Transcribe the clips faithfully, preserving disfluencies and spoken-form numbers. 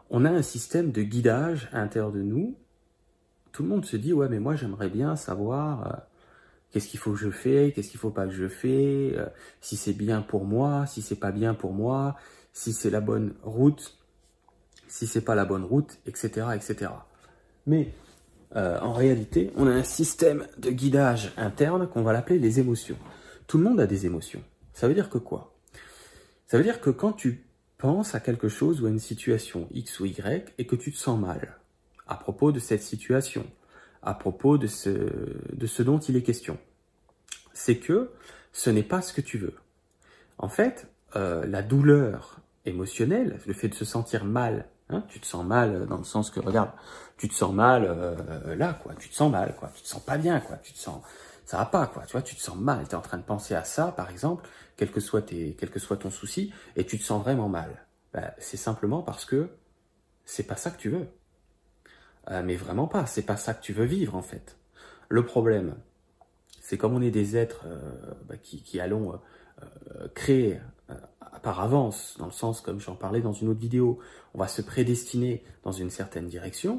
on a un système de guidage à l'intérieur de nous. Tout le monde se dit, ouais, mais moi, j'aimerais bien savoir euh, qu'est-ce qu'il faut que je fais, qu'est-ce qu'il ne faut pas que je fais, euh, si c'est bien pour moi, si c'est pas bien pour moi, si c'est la bonne route, si c'est pas la bonne route, et cetera, et cetera. Mais euh, en réalité, on a un système de guidage interne qu'on va l'appeler les émotions. Tout le monde a des émotions. Ça veut dire que quoi? Ça veut dire que quand tu penses à quelque chose ou à une situation X ou Y et que tu te sens mal à propos de cette situation, à propos de ce, de ce dont il est question, c'est que ce n'est pas ce que tu veux. En fait, euh, la douleur émotionnelle, le fait de se sentir mal, hein, tu te sens mal dans le sens que, regarde, tu te sens mal euh, là, quoi, tu te sens mal, quoi, tu te sens pas bien, quoi, tu te sens, ça va pas, quoi, tu vois, tu te sens mal, tu es en train de penser à ça, par exemple, quel que soit, tes, quel que soit ton souci, et tu te sens vraiment mal. Ben, c'est simplement parce que c'est pas ça que tu veux. Euh, mais vraiment pas, c'est pas ça que tu veux vivre, en fait. Le problème, c'est comme on est des êtres euh, bah, qui, qui allons euh, créer euh, par avance, dans le sens, comme j'en parlais dans une autre vidéo, on va se prédestiner dans une certaine direction.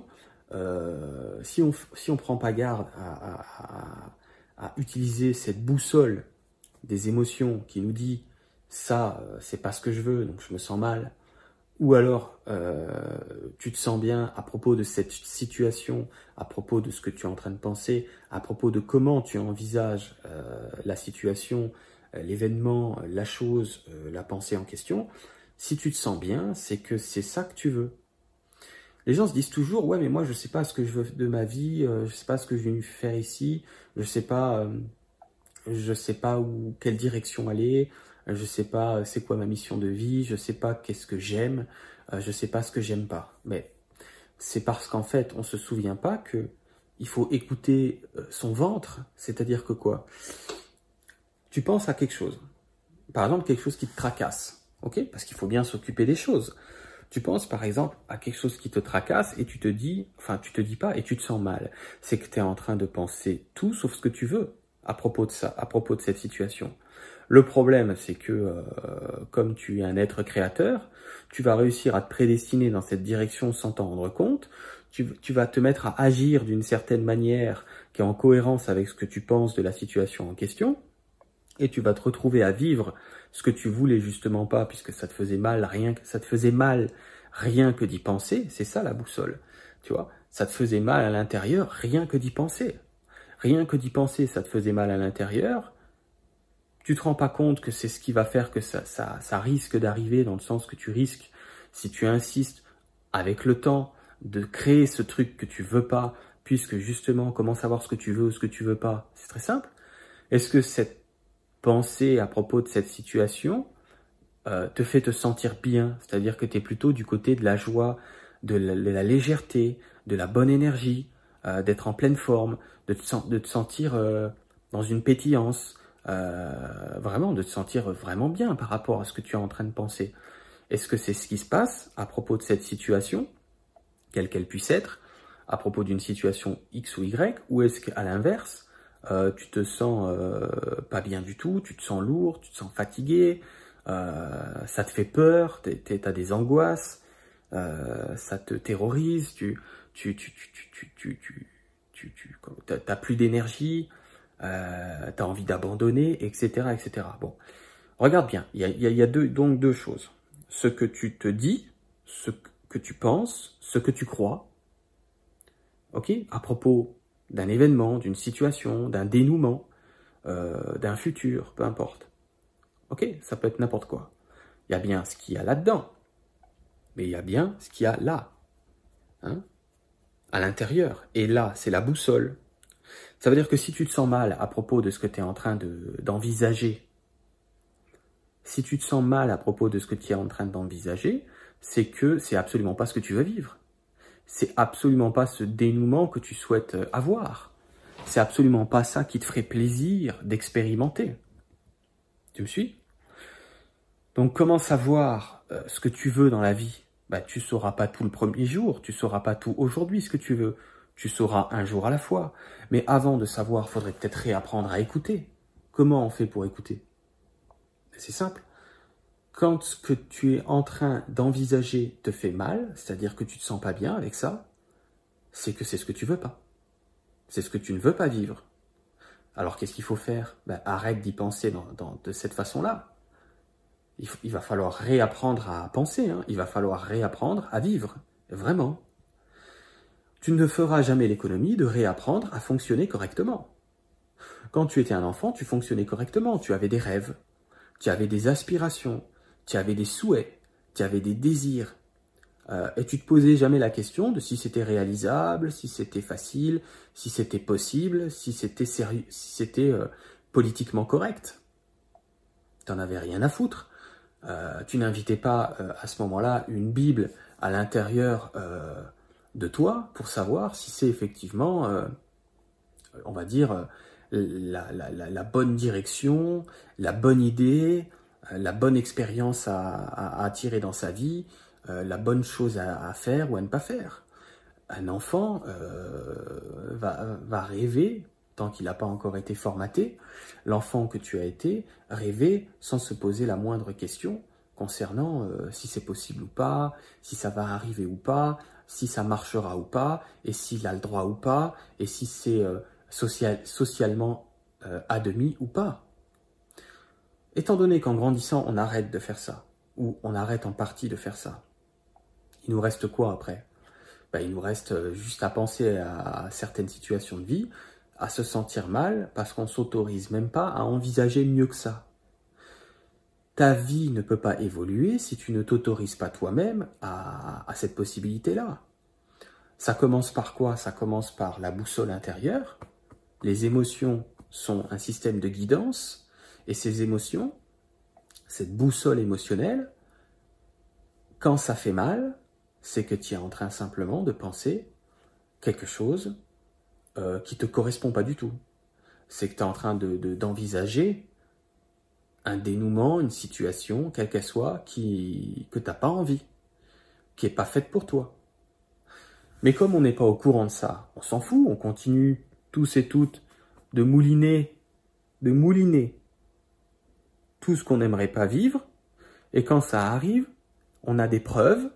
Euh, si on si on prend pas garde à, à, à, à utiliser cette boussole des émotions qui nous dit ça, euh, c'est pas ce que je veux, donc je me sens mal, ou alors euh, tu te sens bien à propos de cette situation, à propos de ce que tu es en train de penser, à propos de comment tu envisages euh, la situation, euh, l'événement, la chose, euh, la pensée en question. Si tu te sens bien, c'est que c'est ça que tu veux. Les gens se disent toujours, ouais, mais moi je sais pas ce que je veux de ma vie, euh, je sais pas ce que je vais faire ici, je sais pas, euh, je sais pas où, quelle direction aller. Je sais pas c'est quoi ma mission de vie, je sais pas qu'est-ce que j'aime, euh, je sais pas ce que j'aime pas. Mais c'est parce qu'en fait, on se souvient pas que il faut écouter son ventre, c'est-à-dire que quoi? Tu penses à quelque chose, par exemple quelque chose qui te tracasse, ok? Parce qu'il faut bien s'occuper des choses. Tu penses par exemple à quelque chose qui te tracasse et tu te dis, enfin tu te dis pas et tu te sens mal. C'est que tu es en train de penser tout sauf ce que tu veux à propos de ça, à propos de cette situation. Le problème, c'est que euh, comme tu es un être créateur, tu vas réussir à te prédestiner dans cette direction sans t'en rendre compte. Tu, tu vas te mettre à agir d'une certaine manière qui est en cohérence avec ce que tu penses de la situation en question. Et tu vas te retrouver à vivre ce que tu voulais justement pas, puisque ça te faisait mal, rien que ça te faisait mal, rien que d'y penser. C'est ça la boussole, tu vois. Ça te faisait mal à l'intérieur, rien que d'y penser. Rien que d'y penser, ça te faisait mal à l'intérieur. Tu te rends pas compte que c'est ce qui va faire que ça, ça, ça risque d'arriver, dans le sens que tu risques, si tu insistes avec le temps, de créer ce truc que tu veux pas, puisque justement, comment savoir ce que tu veux ou ce que tu veux pas? C'est très simple. Est-ce que cette pensée à propos de cette situation euh, te fait te sentir bien? C'est-à-dire que tu es plutôt du côté de la joie, de la, de la légèreté, de la bonne énergie, euh, d'être en pleine forme, de te, de te sentir euh, dans une pétillance, Euh, vraiment de te sentir vraiment bien par rapport à ce que tu es en train de penser. Est-ce que c'est ce qui se passe à propos de cette situation, quelle qu'elle puisse être, à propos d'une situation X ou Y, ou est-ce qu'à l'inverse, euh, tu te sens euh, pas bien du tout, tu te sens lourd, tu te sens fatigué, euh, ça te fait peur, tu as des angoisses, euh, ça te terrorise, tu tu tu tu tu tu tu tu, tu, tu t'as plus d'énergie, Euh, tu as envie d'abandonner, et cetera, et cetera. Bon, regarde bien, il y a, y a, y a deux, donc deux choses. Ce que tu te dis, ce que tu penses, ce que tu crois, ok, à propos d'un événement, d'une situation, d'un dénouement, euh, d'un futur, peu importe. Ok, ça peut être n'importe quoi. Il y a bien ce qu'il y a là-dedans, mais il y a bien ce qu'il y a là, hein, à l'intérieur. Et là, c'est la boussole. Ça veut dire que si tu te sens mal à propos de ce que tu es en train de, d'envisager, si tu te sens mal à propos de ce que tu es en train d'envisager, c'est que c'est absolument pas ce que tu veux vivre. C'est absolument pas ce dénouement que tu souhaites avoir. C'est absolument pas ça qui te ferait plaisir d'expérimenter. Tu me suis? Donc comment savoir euh, ce que tu veux dans la vie? Bah, tu sauras pas tout le premier jour, tu sauras pas tout aujourd'hui ce que tu veux. Tu sauras un jour à la fois. Mais avant de savoir, faudrait peut-être réapprendre à écouter. Comment on fait pour écouter? C'est simple. quand ce que tu es en train d'envisager te fait mal, c'est-à-dire que tu te sens pas bien avec ça, c'est que c'est ce que tu veux pas. C'est ce que tu ne veux pas vivre. Alors qu'est-ce qu'il faut faire? Ben, arrête d'y penser dans, dans, de cette façon-là. Il, il va falloir réapprendre à penser, hein. Il va falloir réapprendre à vivre, vraiment. Tu ne feras jamais l'économie de réapprendre à fonctionner correctement. Quand tu étais un enfant, tu fonctionnais correctement, tu avais des rêves, tu avais des aspirations, tu avais des souhaits, tu avais des désirs, euh, et tu te posais jamais la question de si c'était réalisable, si c'était facile, si c'était possible, si c'était sérieux, si c'était euh, politiquement correct. Tu n'en avais rien à foutre. Euh, tu n'invitais pas euh, à ce moment-là une Bible à l'intérieur euh, de toi pour savoir si c'est effectivement, euh, on va dire, la, la, la, la bonne direction, la bonne idée, euh, la bonne expérience à, à, à tirer dans sa vie, euh, la bonne chose à, à faire ou à ne pas faire. Un enfant euh, va, va rêver, tant qu'il n'a pas encore été formaté, l'enfant que tu as été, rêver sans se poser la moindre question concernant euh, si c'est possible ou pas, si ça va arriver ou pas, si ça marchera ou pas, et s'il a le droit ou pas, et si c'est euh, social, socialement euh, à demi ou pas. Étant donné qu'en grandissant, on arrête de faire ça, ou on arrête en partie de faire ça, il nous reste quoi après? Ben, il nous reste juste à penser à certaines situations de vie, à se sentir mal, parce qu'on ne s'autorise même pas à envisager mieux que ça. Ta vie ne peut pas évoluer si tu ne t'autorises pas toi-même à, à cette possibilité-là. Ça commence par quoi? Ça commence par la boussole intérieure. Les émotions sont un système de guidance, et ces émotions, cette boussole émotionnelle, quand ça fait mal, c'est que tu es en train simplement de penser quelque chose euh, qui ne te correspond pas du tout. C'est que tu es en train de, de, d'envisager un dénouement, une situation, quelle qu'elle soit, qui, que tu n'as pas envie, qui n'est pas faite pour toi. Mais comme on n'est pas au courant de ça, on s'en fout, on continue tous et toutes de mouliner, de mouliner tout ce qu'on n'aimerait pas vivre, et quand ça arrive, on a des preuves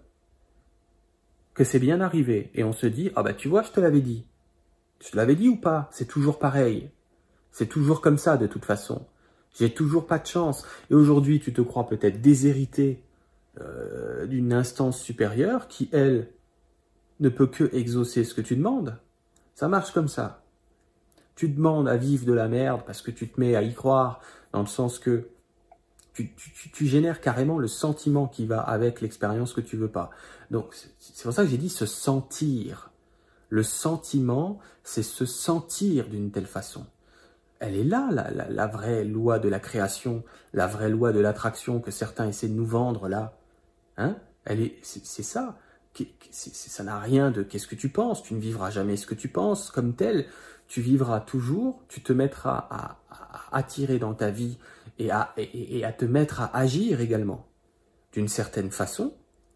que c'est bien arrivé, et on se dit, ah bah tu vois, je te l'avais dit. Je te l'avais dit ou pas? C'est toujours pareil. C'est toujours comme ça de toute façon. J'ai toujours pas de chance. Et aujourd'hui, tu te crois peut-être déshérité euh, d'une instance supérieure qui, elle, ne peut que exaucer ce que tu demandes. Ça marche comme ça. Tu demandes à vivre de la merde parce que tu te mets à y croire, dans le sens que tu, tu, tu génères carrément le sentiment qui va avec l'expérience que tu veux pas. Donc, c'est pour ça que j'ai dit se sentir. Le sentiment, c'est se sentir d'une telle façon. Elle est là, la, la, la vraie loi de la création, la vraie loi de l'attraction que certains essaient de nous vendre là. Hein? Elle est, c'est, c'est ça. C'est, c'est, ça n'a rien de qu'est-ce que tu penses. Tu ne vivras jamais ce que tu penses comme tel. Tu vivras toujours, tu te mettras à, à, à attirer dans ta vie et à, et, et à te mettre à agir également d'une certaine façon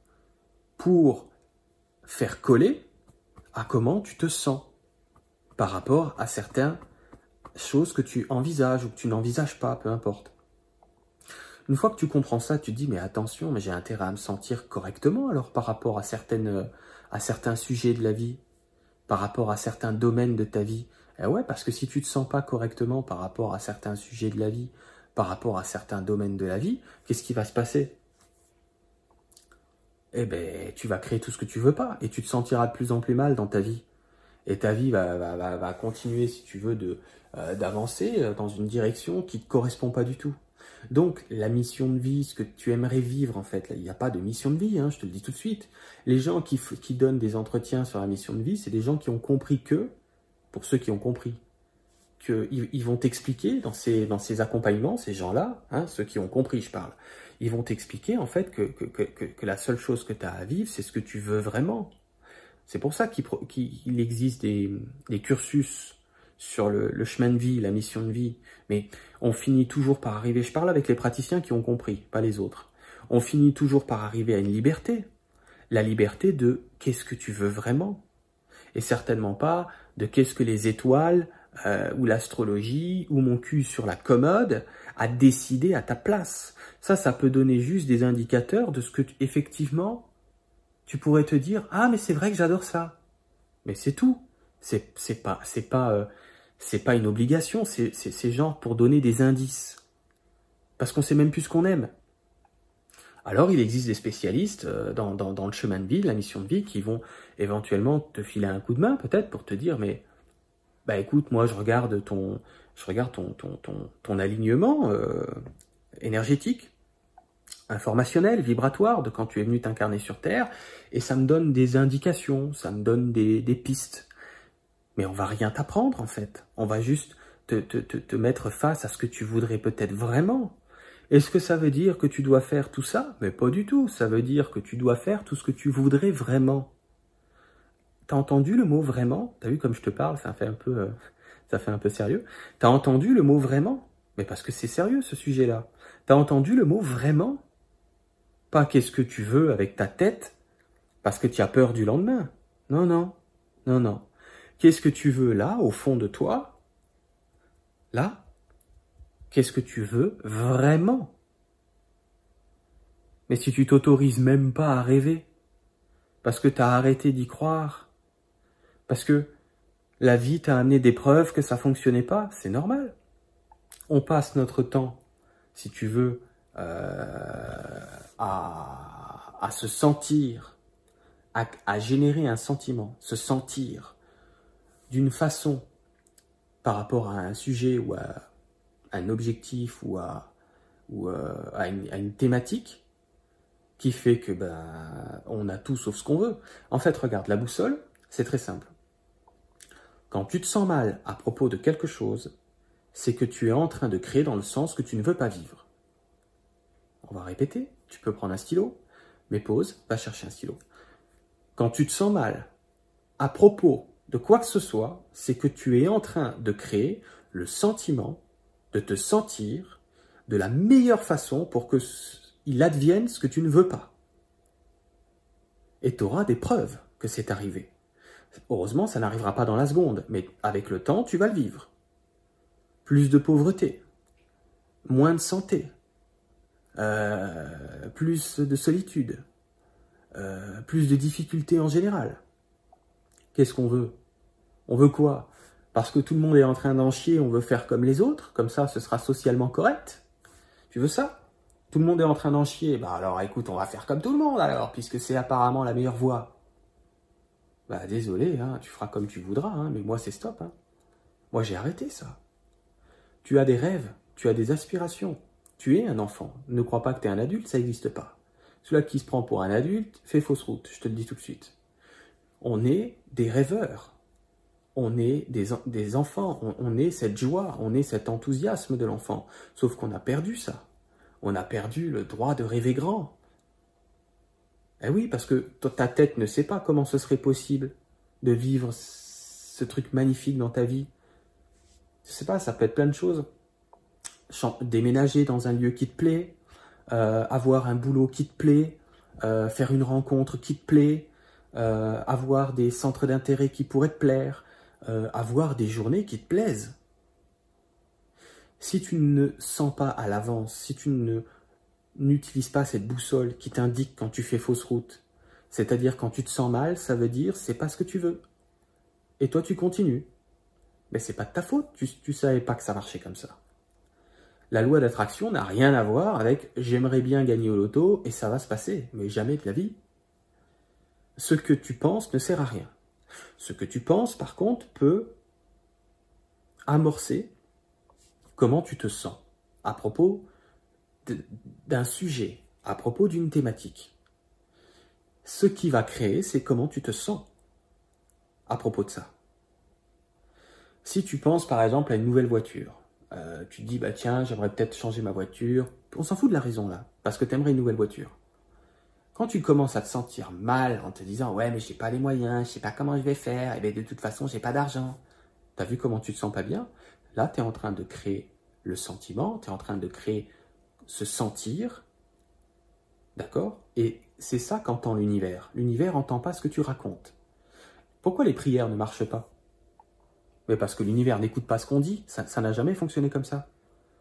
pour faire coller à comment tu te sens par rapport à certaines choses que tu envisages ou que tu n'envisages pas, peu importe. Une fois que tu comprends ça, tu te dis, mais attention, mais j'ai intérêt à me sentir correctement alors par rapport à, certaines, à certains sujets de la vie, par rapport à certains domaines de ta vie. Eh ouais, parce que si tu ne te sens pas correctement par rapport à certains sujets de la vie, par rapport à certains domaines de la vie, qu'est-ce qui va se passer? Eh ben, tu vas créer tout ce que tu veux pas et tu te sentiras de plus en plus mal dans ta vie. Et ta vie va, va, va, va continuer, si tu veux, de, euh, d'avancer dans une direction qui ne te correspond pas du tout. Donc, la mission de vie, ce que tu aimerais vivre, en fait, là, il n'y a pas de mission de vie, hein, je te le dis tout de suite. Les gens qui, qui donnent des entretiens sur la mission de vie, c'est des gens qui ont compris que, pour ceux qui ont compris, qu'ils ils vont t'expliquer dans ces, dans ces accompagnements, ces gens-là, hein, ceux qui ont compris, je parle, ils vont t'expliquer, en fait, que, que, que, que la seule chose que tu as à vivre, c'est ce que tu veux vraiment. C'est pour ça qu'il qu'il existe des, des cursus sur le, le chemin de vie, la mission de vie. Mais on finit toujours par arriver, je parle avec les praticiens qui ont compris, pas les autres. On finit toujours par arriver à une liberté. La liberté de qu'est-ce que tu veux vraiment. Et certainement pas de qu'est-ce que les étoiles, euh, ou l'astrologie, ou mon cul sur la commode a décidé à ta place. Ça, ça peut donner juste des indicateurs de ce que, tu, effectivement, tu pourrais te dire « Ah, mais c'est vrai que j'adore ça ». Mais c'est tout. C'est c'est pas, c'est pas, euh, c'est pas une obligation, c'est genre pour donner des indices. Parce qu'on sait même plus ce qu'on aime. Alors, il existe des spécialistes euh, dans, dans, dans le chemin de vie, la mission de vie, qui vont éventuellement te filer un coup de main, peut-être, pour te dire « Mais, bah écoute, moi, je regarde ton, je regarde ton, ton, ton, ton alignement euh, énergétique. » Informationnel, vibratoire, de quand tu es venu t'incarner sur Terre, et ça me donne des indications, ça me donne des, des pistes. Mais on va rien t'apprendre, en fait. On va juste te, te, te, te mettre face à ce que tu voudrais peut-être vraiment. Est-ce que ça veut dire que tu dois faire tout ça? Mais pas du tout. Ça veut dire que tu dois faire tout ce que tu voudrais vraiment. T'as entendu le mot « vraiment » ? T'as vu comme je te parle, ça fait un peu, euh, ça fait un peu sérieux. T'as entendu le mot « vraiment » ? Mais parce que c'est sérieux, ce sujet-là. T'as entendu le mot « vraiment » ? Pas qu'est-ce que tu veux avec ta tête, parce que tu as peur du lendemain. Non, non, non, non. Qu'est-ce que tu veux là, au fond de toi? Là, qu'est-ce que tu veux vraiment? Mais si tu t'autorises même pas à rêver, parce que tu as arrêté d'y croire, parce que la vie t'a amené des preuves que ça fonctionnait pas, c'est normal. On passe notre temps, si tu veux, euh, à, à se sentir, à, à générer un sentiment, se sentir d'une façon par rapport à un sujet ou à un objectif ou à, ou à, à, une, à une thématique qui fait que ben, on a tout sauf ce qu'on veut. En fait, regarde, la boussole, c'est très simple. Quand tu te sens mal à propos de quelque chose, c'est que tu es en train de créer dans le sens que tu ne veux pas vivre. On va répéter, tu peux prendre un stylo, mais pause, va chercher un stylo. Quand tu te sens mal à propos de quoi que ce soit, c'est que tu es en train de créer le sentiment de te sentir de la meilleure façon pour qu'il advienne ce que tu ne veux pas. Et tu auras des preuves que c'est arrivé. Heureusement, ça n'arrivera pas dans la seconde, mais avec le temps, tu vas le vivre. Plus de pauvreté, moins de santé, euh, plus de solitude, euh, plus de difficultés en général. Qu'est-ce qu'on veut? On veut quoi? Parce que tout le monde est en train d'en chier, on veut faire comme les autres, comme ça ce sera socialement correct. Tu veux ça? Tout le monde est en train d'en chier, bah alors écoute, on va faire comme tout le monde alors, puisque c'est apparemment la meilleure voie. Bah désolé, hein, tu feras comme tu voudras, hein, mais moi c'est stop. Hein. Moi j'ai arrêté ça. Tu as des rêves, tu as des aspirations, tu es un enfant. Ne crois pas que tu es un adulte, ça n'existe pas. Celui qui se prend pour un adulte fait fausse route, je te le dis tout de suite. On est des rêveurs. On est des, des enfants, on, on est cette joie, on est cet enthousiasme de l'enfant. Sauf qu'on a perdu ça. On a perdu le droit de rêver grand. Eh oui, parce que ta tête ne sait pas comment ce serait possible de vivre ce truc magnifique dans ta vie. Je sais pas, ça peut être plein de choses. Déménager dans un lieu qui te plaît, euh, avoir un boulot qui te plaît, euh, faire une rencontre qui te plaît, euh, avoir des centres d'intérêt qui pourraient te plaire, Euh, avoir des journées qui te plaisent. Si tu ne sens pas à l'avance, si tu ne n'utilises pas cette boussole qui t'indique quand tu fais fausse route, c'est-à-dire quand tu te sens mal, ça veut dire c'est pas ce que tu veux. Et toi tu continues. Mais c'est pas de ta faute, tu, tu savais pas que ça marchait comme ça. La loi d'attraction n'a rien à voir avec j'aimerais bien gagner au loto et ça va se passer, mais jamais de la vie. Ce que tu penses ne sert à rien. Ce que tu penses, par contre, peut amorcer comment tu te sens à propos d'un sujet, à propos d'une thématique. Ce qui va créer, c'est comment tu te sens à propos de ça. Si tu penses, par exemple, à une nouvelle voiture, euh, tu te dis, bah tiens, j'aimerais peut-être changer ma voiture. On s'en fout de la raison, là, parce que tu aimerais une nouvelle voiture. Quand tu commences à te sentir mal en te disant « Ouais, mais j'ai pas les moyens, je sais pas comment je vais faire, et bien de toute façon, j'ai pas d'argent. » T'as vu comment tu te sens pas bien? Là, tu es en train de créer le sentiment, tu es en train de créer se sentir, d'accord? Et c'est ça qu'entend l'univers. L'univers n'entend pas ce que tu racontes. Pourquoi les prières ne marchent pas? Mais parce que l'univers n'écoute pas ce qu'on dit, ça n'a jamais fonctionné comme ça.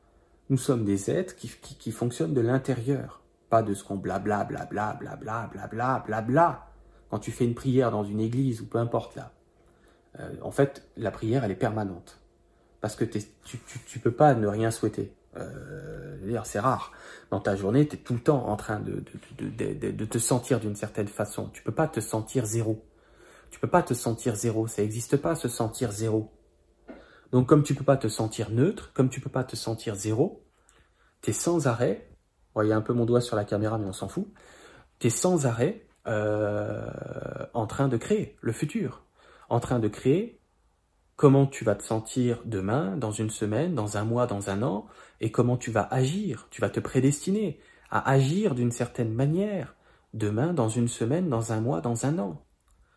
Nous sommes des êtres qui, qui, qui fonctionnent de l'intérieur, pas de ce qu'on blabla, blabla, blabla, blabla, blabla. Quand tu fais une prière dans une église ou peu importe là, euh, en fait, la prière, elle est permanente. Parce que tu ne peux pas ne rien souhaiter. Euh, c'est rare. Dans ta journée, tu es tout le temps en train de, de, de, de, de te sentir d'une certaine façon. Tu ne peux pas te sentir zéro. Tu ne peux pas te sentir zéro. Ça n'existe pas, se sentir zéro. Donc, comme tu ne peux pas te sentir neutre, comme tu ne peux pas te sentir zéro, tu es sans arrêt. Bon, il y a un peu mon doigt sur la caméra, mais on s'en fout. Tu es sans arrêt euh, en train de créer le futur. En train de créer comment tu vas te sentir demain, dans une semaine, dans un mois, dans un an, et comment tu vas agir. Tu vas te prédestiner à agir d'une certaine manière, demain, dans une semaine, dans un mois, dans un an.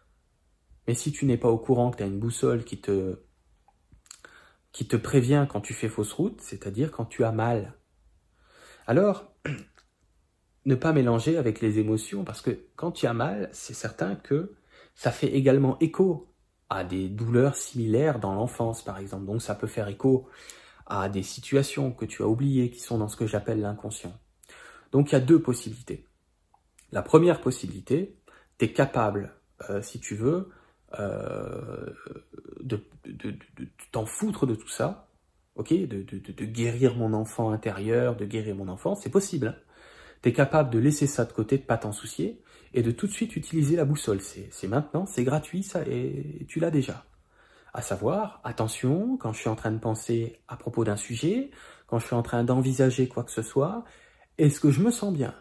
Mais si tu n'es pas au courant que tu as une boussole qui te, qui te prévient quand tu fais fausse route, c'est-à-dire quand tu as mal, alors, ne pas mélanger avec les émotions, parce que quand tu as mal, c'est certain que ça fait également écho à des douleurs similaires dans l'enfance, par exemple. Donc ça peut faire écho à des situations que tu as oubliées, qui sont dans ce que j'appelle l'inconscient. Donc il y a deux possibilités. La première possibilité, tu es capable, euh, si tu veux, euh, de, de, de, de t'en foutre de tout ça, ok, de, de, de, de guérir mon enfant intérieur, de guérir mon enfant, c'est possible. Hein. Tu es capable de laisser ça de côté, de pas t'en soucier, et de tout de suite utiliser la boussole. C'est maintenant, c'est gratuit, ça, et tu l'as déjà. À savoir, attention, quand je suis en train de penser à propos d'un sujet, quand je suis en train d'envisager quoi que ce soit, est-ce que je me sens bien?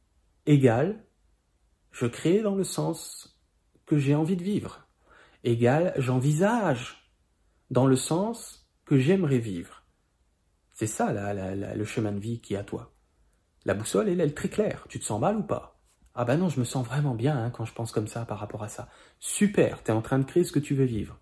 Égal, je crée dans le sens que j'ai envie de vivre. Égal, j'envisage dans le sens que j'aimerais vivre. C'est ça là, là, là, le chemin de vie qui est à toi. La boussole, elle, elle est très claire. Tu te sens mal ou pas? Ah ben non, je me sens vraiment bien hein, quand je pense comme ça par rapport à ça. Super, tu es en train de créer ce que tu veux vivre.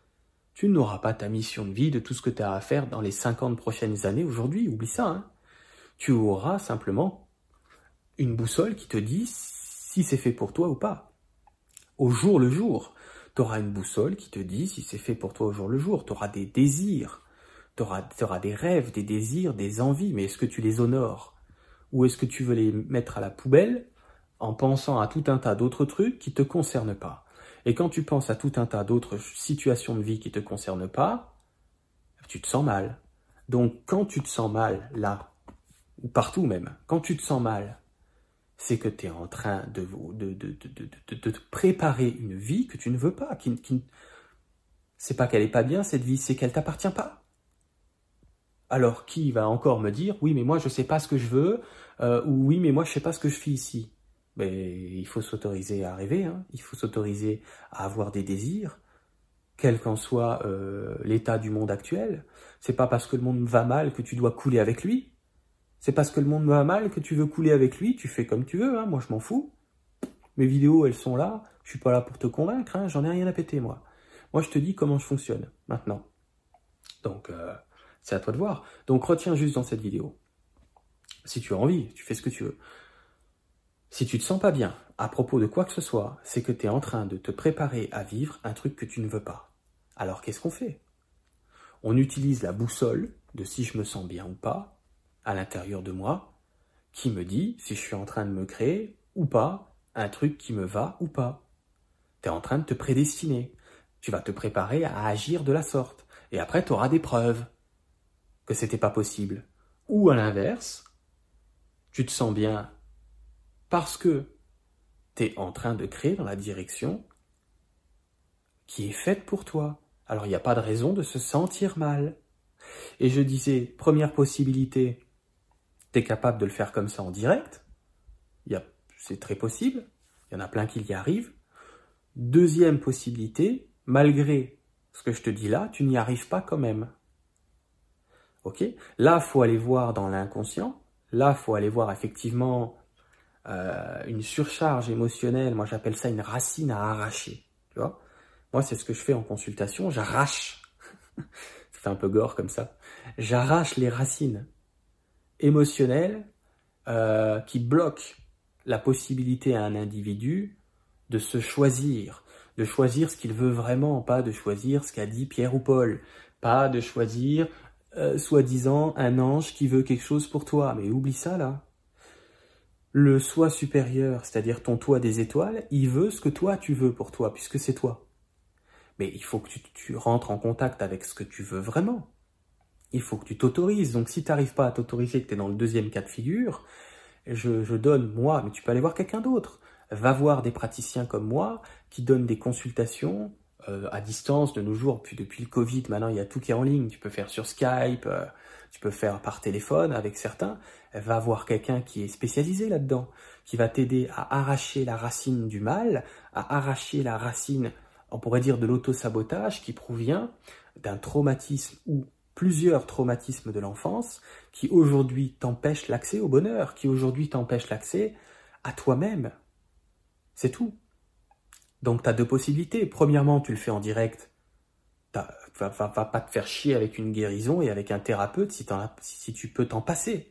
Tu n'auras pas ta mission de vie de tout ce que tu as à faire dans les cinquante prochaines années aujourd'hui, oublie ça. Hein. Tu auras simplement une boussole qui te dit si c'est fait pour toi ou pas. Au jour le jour, tu auras une boussole qui te dit si c'est fait pour toi au jour le jour. Tu auras des désirs, tu auras, tu auras des rêves, des désirs, des envies, mais est-ce que tu les honores? Ou est-ce que tu veux les mettre à la poubelle en pensant à tout un tas d'autres trucs qui ne te concernent pas? Et quand tu penses à tout un tas d'autres situations de vie qui ne te concernent pas, tu te sens mal. Donc quand tu te sens mal, là, ou partout même, quand tu te sens mal, c'est que tu es en train de, de, de, de, de, de, de te préparer une vie que tu ne veux pas. Qui, qui, c'est pas qu'elle n'est pas bien cette vie, c'est qu'elle ne t'appartient pas. Alors qui va encore me dire, oui mais moi je ne sais pas ce que je veux, euh, ou oui mais moi je ne sais pas ce que je fais ici. Mais il faut s'autoriser à rêver, hein. Il faut s'autoriser à avoir des désirs, quel qu'en soit euh, l'état du monde actuel. C'est pas parce que le monde va mal que tu dois couler avec lui. C'est parce que le monde va mal que tu veux couler avec lui, tu fais comme tu veux, hein. Moi je m'en fous. Mes vidéos elles sont là, je suis pas là pour te convaincre, hein. J'en ai rien à péter moi. Moi je te dis comment je fonctionne maintenant. Donc euh, c'est à toi de voir. Donc retiens juste dans cette vidéo. Si tu as envie, tu fais ce que tu veux. Si tu te sens pas bien à propos de quoi que ce soit, c'est que tu es en train de te préparer à vivre un truc que tu ne veux pas. Alors qu'est-ce qu'on fait? On utilise la boussole de si je me sens bien ou pas à l'intérieur de moi, qui me dit si je suis en train de me créer ou pas un truc qui me va ou pas. Tu es en train de te prédestiner. Tu vas te préparer à agir de la sorte. Et après, tu auras des preuves que c'était pas possible. Ou à l'inverse, tu te sens bien parce que tu es en train de créer dans la direction qui est faite pour toi. Alors, il n'y a pas de raison de se sentir mal. Et je disais, première possibilité, tu es capable de le faire comme ça en direct. C'est très possible. Il y en a plein qui y arrivent. Deuxième possibilité, malgré ce que je te dis là, tu n'y arrives pas quand même. Ok? Là, il faut aller voir dans l'inconscient. Là, il faut aller voir effectivement euh, une surcharge émotionnelle. Moi, j'appelle ça une racine à arracher. Tu vois? Moi, c'est ce que je fais en consultation. J'arrache. Ça fait un peu gore comme ça. J'arrache les racines émotionnelles euh, qui bloquent la possibilité à un individu de se choisir, de choisir ce qu'il veut vraiment, pas de choisir ce qu'a dit Pierre ou Paul, pas de choisir euh, soi-disant un ange qui veut quelque chose pour toi. Mais oublie ça là. Le soi supérieur, c'est-à-dire ton toi des étoiles, il veut ce que toi tu veux pour toi, puisque c'est toi. Mais il faut que tu, tu rentres en contact avec ce que tu veux vraiment. Il faut que tu t'autorises. Donc si tu n'arrives pas à t'autoriser, que tu es dans le deuxième cas de figure, je, je donne moi, mais tu peux aller voir quelqu'un d'autre. Va voir des praticiens comme moi qui donnent des consultations euh, à distance de nos jours. Puis depuis le Covid, maintenant il y a tout qui est en ligne. Tu peux faire sur Skype, euh, tu peux faire par téléphone avec certains. Va voir quelqu'un qui est spécialisé là-dedans, qui va t'aider à arracher la racine du mal, à arracher la racine, on pourrait dire, de l'auto-sabotage qui provient d'un traumatisme ou plusieurs traumatismes de l'enfance qui aujourd'hui t'empêchent l'accès au bonheur, qui aujourd'hui t'empêchent l'accès à toi-même. C'est tout. Donc tu as deux possibilités. Premièrement, tu le fais en direct. Va, va, va pas te faire chier avec une guérison et avec un thérapeute si, as, si, si tu peux t'en passer.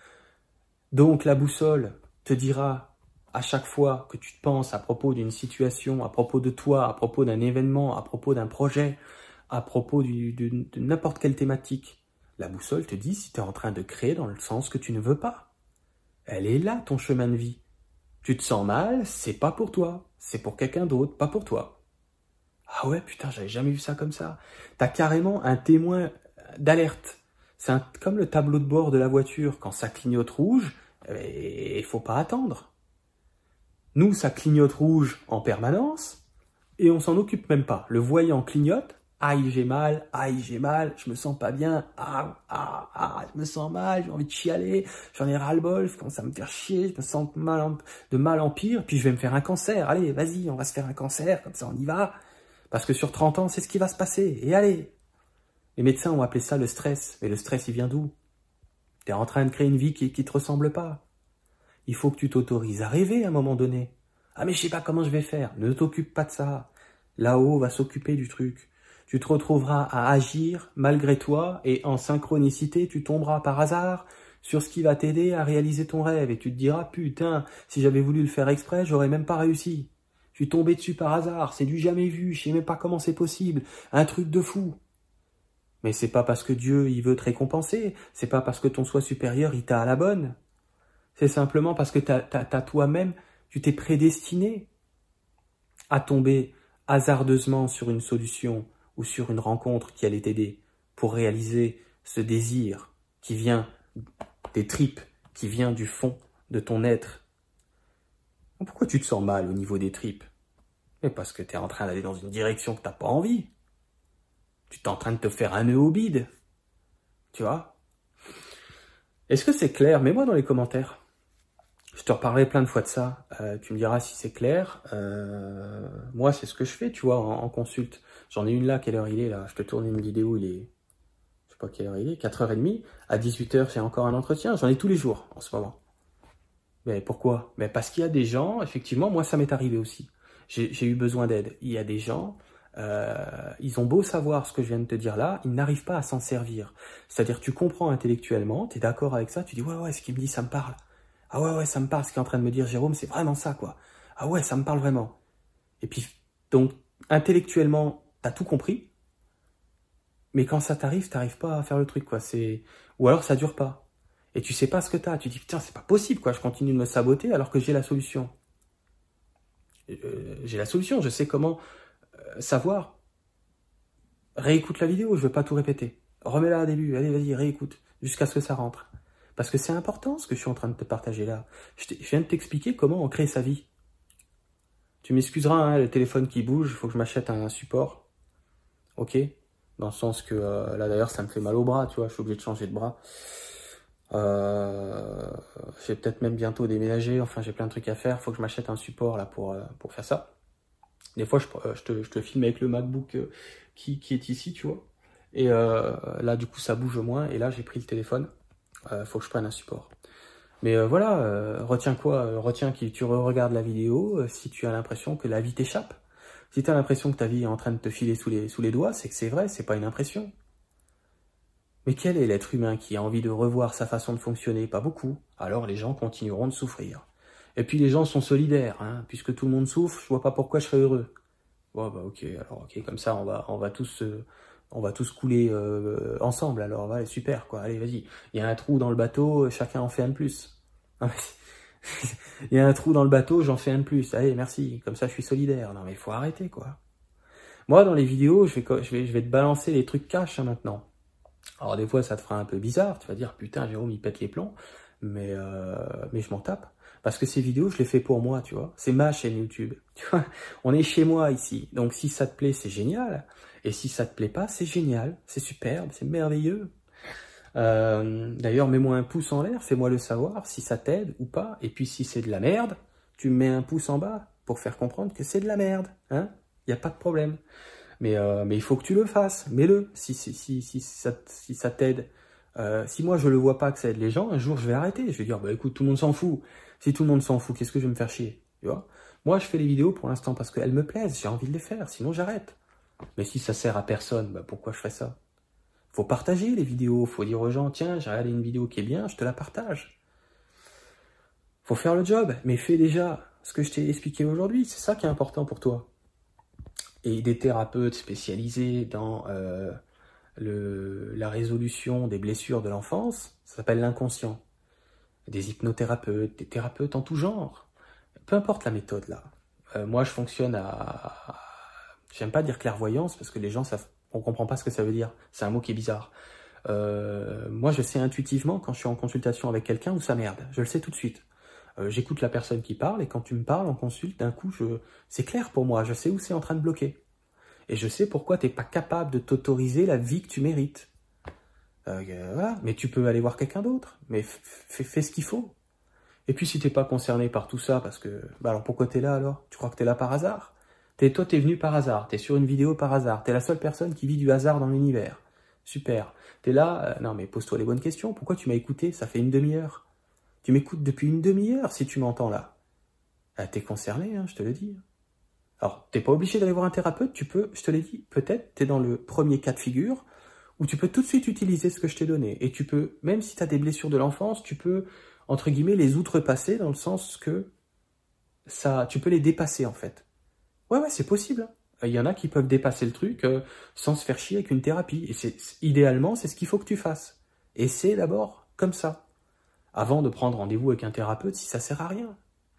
Donc la boussole te dira à chaque fois que tu te penses à propos d'une situation, à propos de toi, à propos d'un événement, à propos d'un projet, à propos du, de, de n'importe quelle thématique, la boussole te dit si tu es en train de créer dans le sens que tu ne veux pas. Elle est là, ton chemin de vie. Tu te sens mal, c'est pas pour toi, c'est pour quelqu'un d'autre, pas pour toi. Ah ouais, putain, j'avais jamais vu ça comme ça. T'as carrément un témoin d'alerte. C'est comme le tableau de bord de la voiture. Quand ça clignote rouge, il ne faut pas attendre. Nous, ça clignote rouge en permanence et on s'en occupe même pas. Le voyant clignote, aïe, j'ai mal, aïe, j'ai mal, je me sens pas bien, ah, ah, ah, je me sens mal, j'ai envie de chialer, j'en ai ras-le-bol, je commence à me faire chier, je me sens mal en, de mal en pire, puis je vais me faire un cancer. Allez, vas-y, on va se faire un cancer, comme ça on y va. Parce que sur trente ans, c'est ce qui va se passer. Et allez. Les médecins ont appelé ça le stress. Mais le stress, il vient d'où? Tu es en train de créer une vie qui ne te ressemble pas. Il faut que tu t'autorises à rêver à un moment donné. Ah mais je sais pas comment je vais faire. Ne t'occupe pas de ça. Là-haut va s'occuper du truc. Tu te retrouveras à agir malgré toi et en synchronicité, tu tomberas par hasard sur ce qui va t'aider à réaliser ton rêve. Et tu te diras, putain, si j'avais voulu le faire exprès, j'aurais même pas réussi. Je suis tombé dessus par hasard, c'est du jamais vu, je sais même pas comment c'est possible. Un truc de fou. Mais c'est pas parce que Dieu, il veut te récompenser, c'est pas parce que ton soi supérieur, il t'a à la bonne. C'est simplement parce que t'as, t'as, t'as toi-même, tu t'es prédestiné à tomber hasardeusement sur une solution ou sur une rencontre qui allait t'aider pour réaliser ce désir qui vient des tripes, qui vient du fond de ton être. Pourquoi tu te sens mal au niveau des tripes? Mais parce que tu es en train d'aller dans une direction que tu n'as pas envie. Tu es en train de te faire un nœud au bide. Tu vois? Est-ce que c'est clair? Mets-moi dans les commentaires. Je te reparlerai plein de fois de ça. Euh, tu me diras si c'est clair. Euh, moi, c'est ce que je fais, tu vois, en, en consulte. J'en ai une là, quelle heure il est là? Je te tourne une vidéo, il est... Je sais pas quelle heure il est, quatre heures trente. À dix-huit heures, j'ai encore un entretien. J'en ai tous les jours en ce moment. Mais pourquoi? Mais parce qu'il y a des gens, effectivement, moi ça m'est arrivé aussi. J'ai eu besoin d'aide. Il y a des gens, euh, ils ont beau savoir ce que je viens de te dire là, ils n'arrivent pas à s'en servir. C'est-à-dire tu comprends intellectuellement, tu es d'accord avec ça, tu dis ouais ouais, ce qu'il me dit ça me parle. Ah ouais ouais, ça me parle, ce qu'il est en train de me dire Jérôme, c'est vraiment ça quoi. Ah ouais, ça me parle vraiment. Et puis donc intellectuellement, tu as tout compris, mais quand ça t'arrive, tu n'arrives pas à faire le truc quoi. C'est ou alors ça dure pas. Et tu sais pas ce que t'as. Tu dis, putain, c'est pas possible, quoi. Je continue de me saboter alors que j'ai la solution. Euh, j'ai la solution. Je sais comment euh, savoir. Réécoute la vidéo. Je veux pas tout répéter. Remets-la au début. Allez, vas-y, réécoute. Jusqu'à ce que ça rentre. Parce que c'est important ce que je suis en train de te partager là. Je, je viens de t'expliquer comment on crée sa vie. Tu m'excuseras, hein, le téléphone qui bouge. Il faut que je m'achète un support. Ok? Dans le sens que, euh, là d'ailleurs, ça me fait mal au bras, tu vois. Je suis obligé de changer de bras. Euh, j'ai peut-être même bientôt déménagé, enfin j'ai plein de trucs à faire, faut que je m'achète un support là pour, euh, pour faire ça. Des fois je, je, te, je te filme avec le MacBook euh, qui, qui est ici, tu vois, et euh, là du coup ça bouge moins, et là j'ai pris le téléphone, euh, faut que je prenne un support. Mais euh, voilà, euh, retiens quoi, euh, retiens que tu re-regardes la vidéo, euh, si tu as l'impression que la vie t'échappe, si tu as l'impression que ta vie est en train de te filer sous les, sous les doigts, c'est que c'est vrai, c'est pas une impression. Mais quel est l'être humain qui a envie de revoir sa façon de fonctionner? Pas beaucoup. Alors les gens continueront de souffrir. Et puis les gens sont solidaires, hein. Puisque tout le monde souffre, je vois pas pourquoi je serais heureux. Bon bah ok, alors ok, comme ça on va, on va tous se, On va tous couler euh, ensemble, alors voilà, super, quoi. Allez, vas-y. Il y a un trou dans le bateau, chacun en fait un de plus. Il y a un trou dans le bateau, j'en fais un de plus. Allez, merci. Comme ça, je suis solidaire. Non, mais il faut arrêter, quoi. Moi, dans les vidéos, je vais, je vais, je vais te balancer les trucs cash hein, maintenant. Alors, des fois, ça te fera un peu bizarre. Tu vas dire, putain, Jérôme, il pète les plombs. Mais, euh, mais je m'en tape. Parce que ces vidéos, je les fais pour moi, tu vois. C'est ma chaîne YouTube. Tu vois, on est chez moi ici. Donc, si ça te plaît, c'est génial. Et si ça te plaît pas, c'est génial. C'est superbe, c'est merveilleux. Euh, D'ailleurs, mets-moi un pouce en l'air, fais-moi le savoir si ça t'aide ou pas. Et puis, si c'est de la merde, tu me mets un pouce en bas pour faire comprendre que c'est de la merde. Hein, y a pas de problème. Mais, euh, mais il faut que tu le fasses. Mets-le si, si, si, si ça, si ça t'aide. Euh, si moi je le vois pas que ça aide les gens, un jour je vais arrêter. Je vais dire, bah écoute, tout le monde s'en fout. Si tout le monde s'en fout, qu'est-ce que je vais me faire chier? Tu vois? Moi, je fais les vidéos pour l'instant parce qu'elles me plaisent. J'ai envie de les faire. Sinon, j'arrête. Mais si ça sert à personne, bah pourquoi je ferais ça? Faut partager les vidéos, faut dire aux gens, tiens, j'ai regardé une vidéo qui est bien, je te la partage. Faut faire le job, mais fais déjà ce que je t'ai expliqué aujourd'hui, c'est ça qui est important pour toi. Et des thérapeutes spécialisés dans euh, le, la résolution des blessures de l'enfance, ça s'appelle l'inconscient. Des hypnothérapeutes, des thérapeutes en tout genre. Peu importe la méthode là. Euh, moi je fonctionne à... J'aime pas dire clairvoyance parce que les gens savent... On comprend pas ce que ça veut dire. C'est un mot qui est bizarre. Euh, moi, je sais intuitivement quand je suis en consultation avec quelqu'un où ça merde. Je le sais tout de suite. Euh, J'écoute la personne qui parle et quand tu me parles en consulte, d'un coup, je... c'est clair pour moi. Je sais où c'est en train de bloquer. Et je sais pourquoi tu n'es pas capable de t'autoriser la vie que tu mérites. Euh, voilà. Mais tu peux aller voir quelqu'un d'autre. Mais fais ce qu'il faut. Et puis si tu n'es pas concerné par tout ça, parce que... Bah alors pourquoi tu es là alors? Tu crois que tu es là par hasard? T'es, toi, tu es venu par hasard, tu es sur une vidéo par hasard, tu es la seule personne qui vit du hasard dans l'univers. Super. Tu es là, euh, non mais pose-toi les bonnes questions, pourquoi tu m'as écouté? Ça fait une demi-heure. Tu m'écoutes depuis une demi-heure si tu m'entends là. Ah, tu es concerné, hein, je te le dis. Alors, tu n'es pas obligé d'aller voir un thérapeute, tu peux, je te l'ai dit, peut-être tu es dans le premier cas de figure, où tu peux tout de suite utiliser ce que je t'ai donné. Et tu peux, même si tu as des blessures de l'enfance, tu peux, entre guillemets, les outrepasser dans le sens que ça, tu peux les dépasser en fait. Ouais, ouais, c'est possible. Il y en a qui peuvent dépasser le truc euh, sans se faire chier avec une thérapie. Et c'est idéalement, c'est ce qu'il faut que tu fasses. Et c'est d'abord comme ça. Avant de prendre rendez-vous avec un thérapeute si ça sert à rien.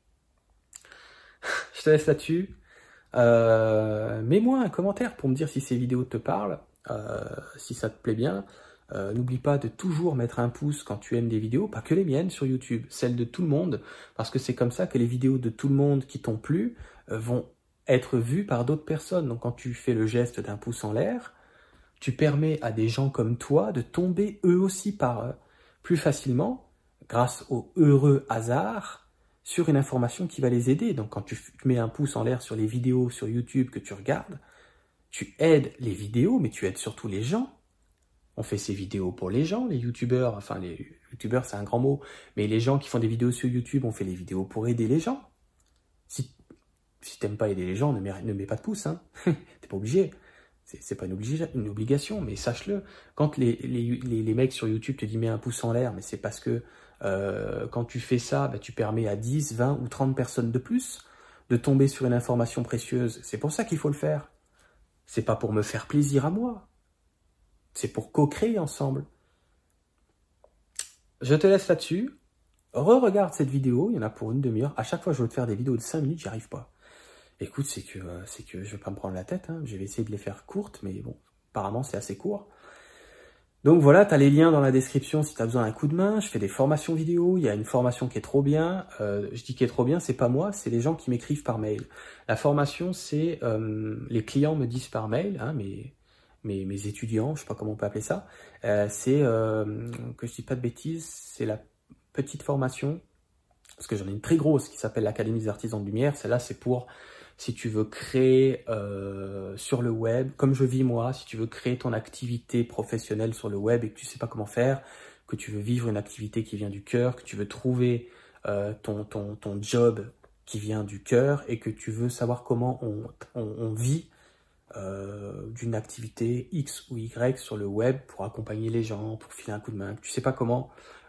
Je te laisse là-dessus. Euh, Mets-moi un commentaire pour me dire si ces vidéos te parlent, euh, si ça te plaît bien. Euh, N'oublie pas de toujours mettre un pouce quand tu aimes des vidéos, pas que les miennes sur YouTube, celles de tout le monde, parce que c'est comme ça que les vidéos de tout le monde qui t'ont plu euh, vont être vues par d'autres personnes. Donc quand tu fais le geste d'un pouce en l'air, tu permets à des gens comme toi de tomber eux aussi par euh, plus facilement, grâce au heureux hasard, sur une information qui va les aider. Donc quand tu mets un pouce en l'air sur les vidéos sur YouTube que tu regardes, tu aides les vidéos, mais tu aides surtout les gens. On fait ces vidéos pour les gens, les youtubeurs, enfin les youtubeurs c'est un grand mot, mais les gens qui font des vidéos sur YouTube, on fait les vidéos pour aider les gens. Si, si t'aimes pas aider les gens, ne mets, ne mets pas de pouce, hein. T'es pas obligé. C'est pas une, oblige, une obligation, mais sache-le. Quand les, les, les, les mecs sur YouTube te disent mets un pouce en l'air, mais c'est parce que euh, quand tu fais ça, bah, tu permets à dix, vingt ou trente personnes de plus de tomber sur une information précieuse. C'est pour ça qu'il faut le faire. C'est pas pour me faire plaisir à moi. C'est pour co-créer ensemble. Je te laisse là-dessus. Re-regarde cette vidéo, il y en a pour une demi-heure. À chaque fois, je veux te faire des vidéos de cinq minutes, j'y arrive pas. Écoute, c'est que, euh, c'est que je vais pas me prendre la tête. Hein. Je vais essayer de les faire courtes, mais bon, apparemment, c'est assez court. Donc voilà, tu as les liens dans la description si tu as besoin d'un coup de main. Je fais des formations vidéo. Il y a une formation qui est trop bien. Euh, je dis qui est trop bien, c'est pas moi, c'est les gens qui m'écrivent par mail. La formation, c'est euh, les clients me disent par mail, hein, mais... Mes, mes étudiants, je sais pas comment on peut appeler ça, euh, c'est, euh, que je dis pas de bêtises, c'est la petite formation, parce que j'en ai une très grosse qui s'appelle l'Académie des Artisans de Lumière. Celle-là, c'est pour, si tu veux créer euh, sur le web, comme je vis moi, si tu veux créer ton activité professionnelle sur le web et que tu sais pas comment faire, que tu veux vivre une activité qui vient du cœur, que tu veux trouver euh, ton, ton, ton job qui vient du cœur et que tu veux savoir comment on, on, on vit Euh, d'une activité X ou Y sur le web pour accompagner les gens, pour filer un coup de main, que tu sais pas comment,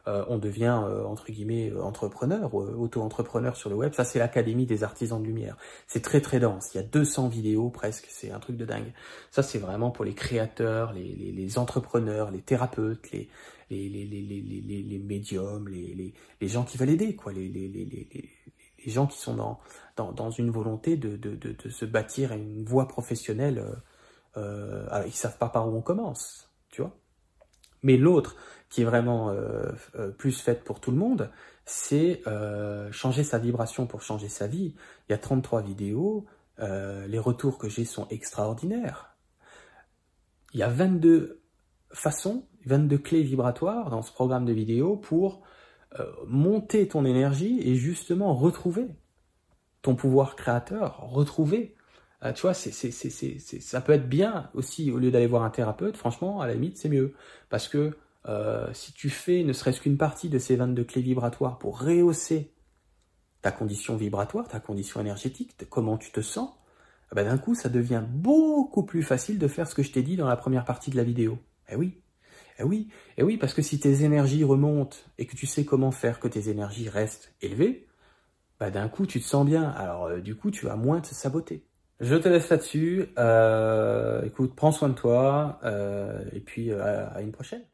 euh, on devient, euh, entre guillemets, euh, entrepreneur, euh, auto-entrepreneur sur le web. Ça, c'est l'Académie des artisans de lumière. C'est très très dense. Il y a deux cents vidéos presque. C'est un truc de dingue. Ça, c'est vraiment pour les créateurs, les, les, les entrepreneurs, les thérapeutes, les, les, les, les, les, les, les médiums, les, les, les gens qui veulent aider, quoi. Les, les, les, les, les, les gens qui sont dans, dans, dans une volonté de, de, de, de se bâtir une voie professionnelle. Euh, euh, alors, ils savent pas par où on commence, tu vois. Mais l'autre, qui est vraiment euh, euh, plus faite pour tout le monde, c'est euh, changer sa vibration pour changer sa vie. Il y a trente-trois vidéos, euh, les retours que j'ai sont extraordinaires. Il y a vingt-deux façons, vingt-deux clés vibratoires dans ce programme de vidéos pour euh, monter ton énergie et justement retrouver ton pouvoir créateur, retrouver. Euh, tu vois, c'est, c'est, c'est, c'est, c'est, ça peut être bien aussi, au lieu d'aller voir un thérapeute, franchement, à la limite, c'est mieux. Parce que euh, si tu fais ne serait-ce qu'une partie de ces vingt-deux clés vibratoires pour rehausser ta condition vibratoire, ta condition énergétique, comment tu te sens, eh ben, d'un coup, ça devient beaucoup plus facile de faire ce que je t'ai dit dans la première partie de la vidéo. Eh oui, eh oui, eh oui, parce que si tes énergies remontent et que tu sais comment faire que tes énergies restent élevées, bah, d'un coup, tu te sens bien. Alors, euh, du coup, tu vas moins te saboter. Je te laisse là-dessus. Euh, écoute, prends soin de toi. Euh, et puis, euh, à une prochaine.